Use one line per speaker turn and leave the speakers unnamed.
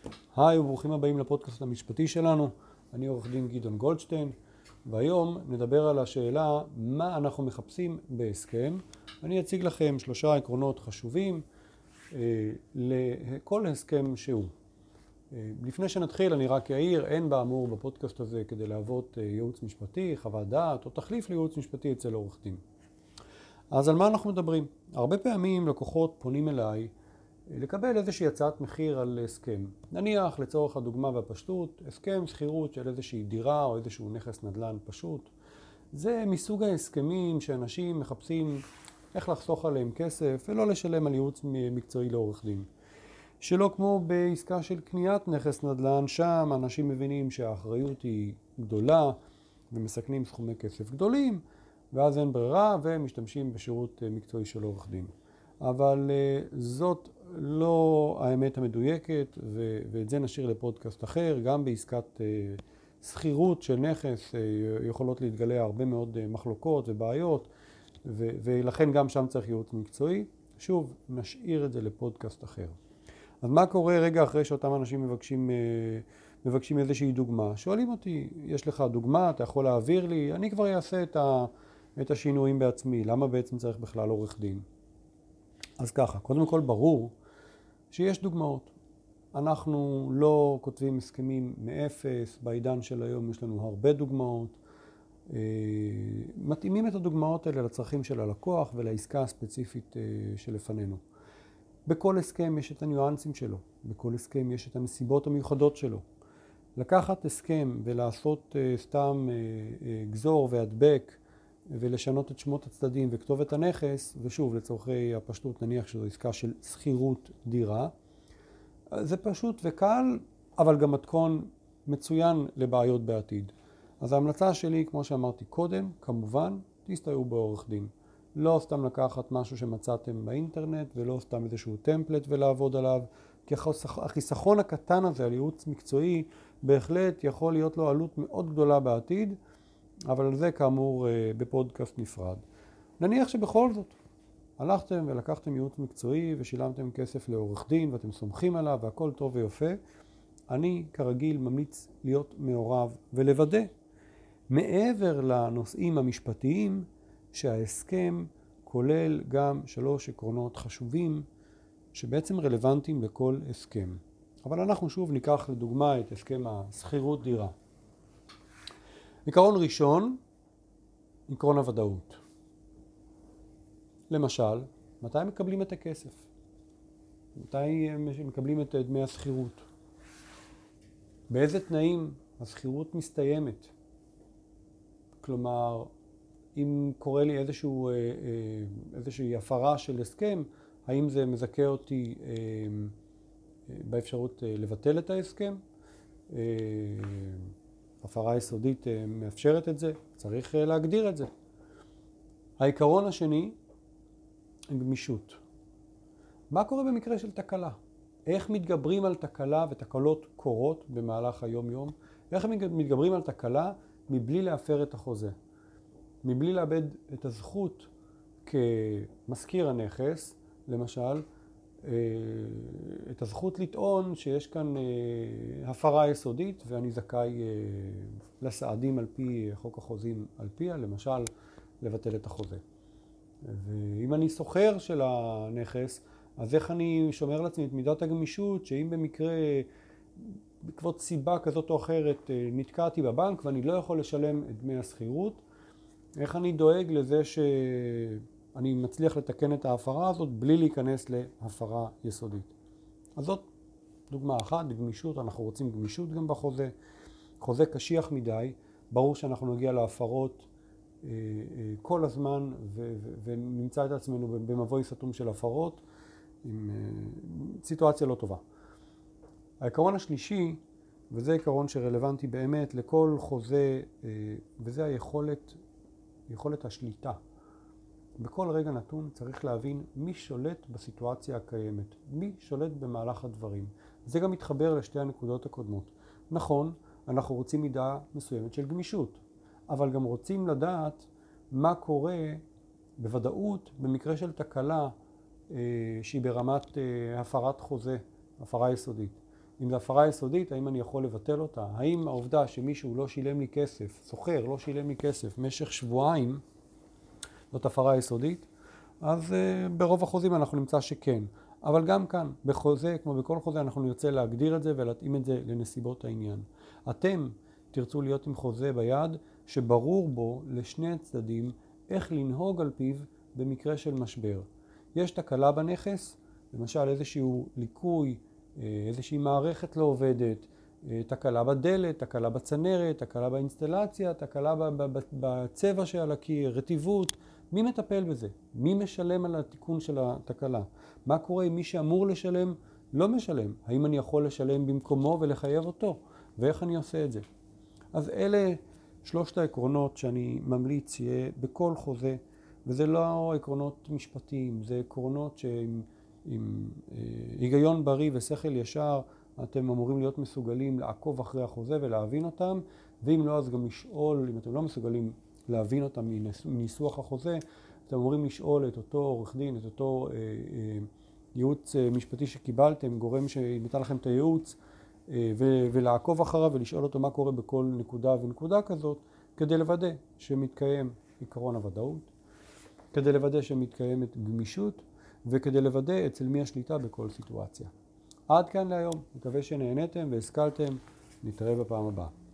היי וברוכים הבאים לפודקאסט המשפטי שלנו. אני עורך דין גדעון גולדשטיין, והיום נדבר על השאלה מה אנחנו מחפשים בהסכם. אני אציג לכם 3 עקרונות חשובים לכל הסכם שהוא. לפני שנתחיל אני רק אעיר, אין באמור בפודקאסט הזה כדי להוות ייעוץ משפטי, חוות דעת או תחליף לייעוץ משפטי אצל עורך דין. אז על מה אנחנו מדברים? הרבה פעמים לקוחות פונים אליי לקבל איזושהי הצעת מחיר על הסכם. נניח לצורך הדוגמה והפשטות, הסכם שכירות של איזושהי דירה או איזשהו נכס נדל"ן פשוט. זה מסוג ההסכמים שאנשים מחפשים איך לחסוך עליהם כסף ולא לשלם על ייעוץ מקצועי לעורך דין. שלא כמו בעסקה של קניית נכס נדל"ן, שם אנשים מבינים שהאחריות היא גדולה ומסכנים סכומי כסף גדולים, ואז אין ברירה ומשתמשים בשירות מקצועי של עורך דין. אבל זאת לא האמת המדויקת, ואת זה נשאיר לפודקאסט אחר. גם בעסקת שכירות של נכס יכולות להתגלה הרבה מאוד מחלוקות ובעיות, ולכן גם שם צריך ייעוץ מקצועי. שוב, נשאיר את זה לפודקאסט אחר. אז מה קורה רגע אחרי שאותם אנשים מבקשים איזושהי דוגמה? שואלים אותי, יש לך דוגמה, אתה יכול להעביר לי? אני כבר אעשה את השינויים בעצמי. למה בעצם צריך בכלל עורך דין? אז ככה, קודם כל ברור שיש דוגמאות. אנחנו לא כותבים הסכמים מאפס, בעידן של היום יש לנו הרבה דוגמאות. מתאימים את הדוגמאות האלה לצרכים של הלקוח ולעסקה הספציפית שלפנינו. בכל הסכם יש את הניואנסים שלו, בכל הסכם יש את הנסיבות המיוחדות שלו. לקחת הסכם ולעשות סתם גזור והדבק ולשנות את שמות הצדדים וכתובת הנכס, ושוב לצורכי הפשטות נניח שזו עסקה של שכירות דירה, זה פשוט וקל, אבל גם מתכון מצוין לבעיות בעתיד. אז ההמלצה שלי, כמו שאמרתי קודם, כמובן, תסתייעו בעורך דין. לא סתם לקחת משהו שמצאתם באינטרנט, ולא סתם איזשהו טמפלט ולעבוד עליו, כי החיסכון הקטן הזה על ייעוץ מקצועי, בהחלט יכול להיות לו עלות מאוד גדולה בעתיד, אבל על זה כאמור בפודקאסט נפרד. נניח שבכל זאת הלכתם ולקחתם ייעוץ מקצועי ושילמתם כסף לעורך דין ואתם סומכים עליו והכל טוב ויפה, אני כרגיל ממליץ להיות מעורב ולוודא מעבר לנושאים המשפטיים שההסכם כולל גם 3 עקרונות חשובים שבעצם רלוונטיים לכל הסכם. אבל אנחנו שוב ניקח לדוגמה את הסכם השכירות דירה. עיקרון ראשון, עקרון הוודאות. למשל, מתי מקבלים את הכסף? מתי מקבלים את דמי השכירות? באיזה תנאים השכירות מסתיימת? כלומר, אם קורה לי איזושהי הפרה של הסכם, האם זה מזכה אותי באפשרות לבטל את ההסכם? הפרה יסודית מאפשרת את זה, צריך להגדיר את זה. העיקרון השני, גמישות. מה קורה במקרה של תקלה? איך מתגברים על תקלה, ותקלות קורות במהלך היום-יום? איך מתגברים על תקלה מבלי להפר את החוזה? מבלי לאבד את הזכות כמזכיר הנכס, למשל, את הזכות לטעון שיש כאן הפרה יסודית ואני זכאי לסעדים על פי חוק החוזים על פיה, למשל לבטל את החוזה. ואם אני סוחר של הנכס, אז איך אני שומר לעצמי את מידת הגמישות, שאם במקרה בעקבות סיבה כזאת או אחרת נתקעתי בבנק ואני לא יכול לשלם את דמי השכירות, איך אני דואג לזה שאני מצליח לתקן את ההפרה הזאת בלי להיכנס להפרה יסודית. אז זאת דוגמה אחת, גמישות. אנחנו רוצים גמישות גם בחוזה. חוזה קשיח מדי, ברור שאנחנו נגיע להפרות כל הזמן ונמצא את עצמנו במבוי סתום של הפרות עם סיטואציה לא טובה. העיקרון השלישי, וזה עיקרון שרלוונטי באמת לכל חוזה, וזה יכולת השליטה. בכל רגע נתון צריך להבין מי שולט בסיטואציה הקיימת, מי שולט במהלך הדברים. זה גם מתחבר לשתי הנקודות הקודמות. נכון, אנחנו רוצים מידה מסוימת של גמישות, אבל גם רוצים לדעת מה קורה בוודאות במקרה של תקלה שהיא ברמת הפרת חוזה, הפרה יסודית. אם זו הפרה יסודית, האם אני יכול לבטל אותה? האם העובדה שמישהו לא שילם לי כסף, סוחר לא שילם לי כסף במשך שבועיים, זאת הפרה יסודית? אז ברוב החוזים אנחנו נמצא שכן. אבל גם כאן, בחוזה, כמו בכל חוזה, אנחנו נרצה להגדיר את זה ולהתאים את זה לנסיבות העניין. אתם תרצו להיות עם חוזה ביד שברור בו לשני הצדדים איך לנהוג על פיו במקרה של משבר. יש תקלה בנכס, למשל איזשהו ליקוי, איזושהי מערכת לא עובדת, תקלה בדלת, תקלה בצנרת, תקלה באינסטלציה, תקלה בצבע שעל הקיר, רטיבות. מי מטפל בזה? מי משלם על התיקון של התקלה? מה קורה אם מי שאמור לשלם לא משלם? האם אני יכול לשלם במקומו ולחייב אותו? ואיך אני עושה את זה? אז אלה שלושת העקרונות שאני ממליץ יהיה בכל חוזה, וזה לא עקרונות משפטיים, זה עקרונות שעם היגיון בריא ושכל ישר אתם אמורים להיות מסוגלים לעקוב אחרי החוזה ולהבין אותם, ואם לא אז גם לשאול, אם אתם לא מסוגלים להבין אותם מניסוח החוזה, אתם אמורים לשאול את אותו עורך דין, את אותו ייעוץ משפטי שקיבלתם, גורם שנתן לכם את הייעוץ, ולעקוב אחריו ולשאול אותו מה קורה בכל נקודה ונקודה כזאת, כדי לוודא שמתקיים עקרון הוודאות, כדי לוודא שמתקיימת גמישות, וכדי לוודא אצל מי השליטה בכל סיטואציה. עד כאן להיום, מקווה שנהניתם והשכלתם, נתראה בפעם הבאה.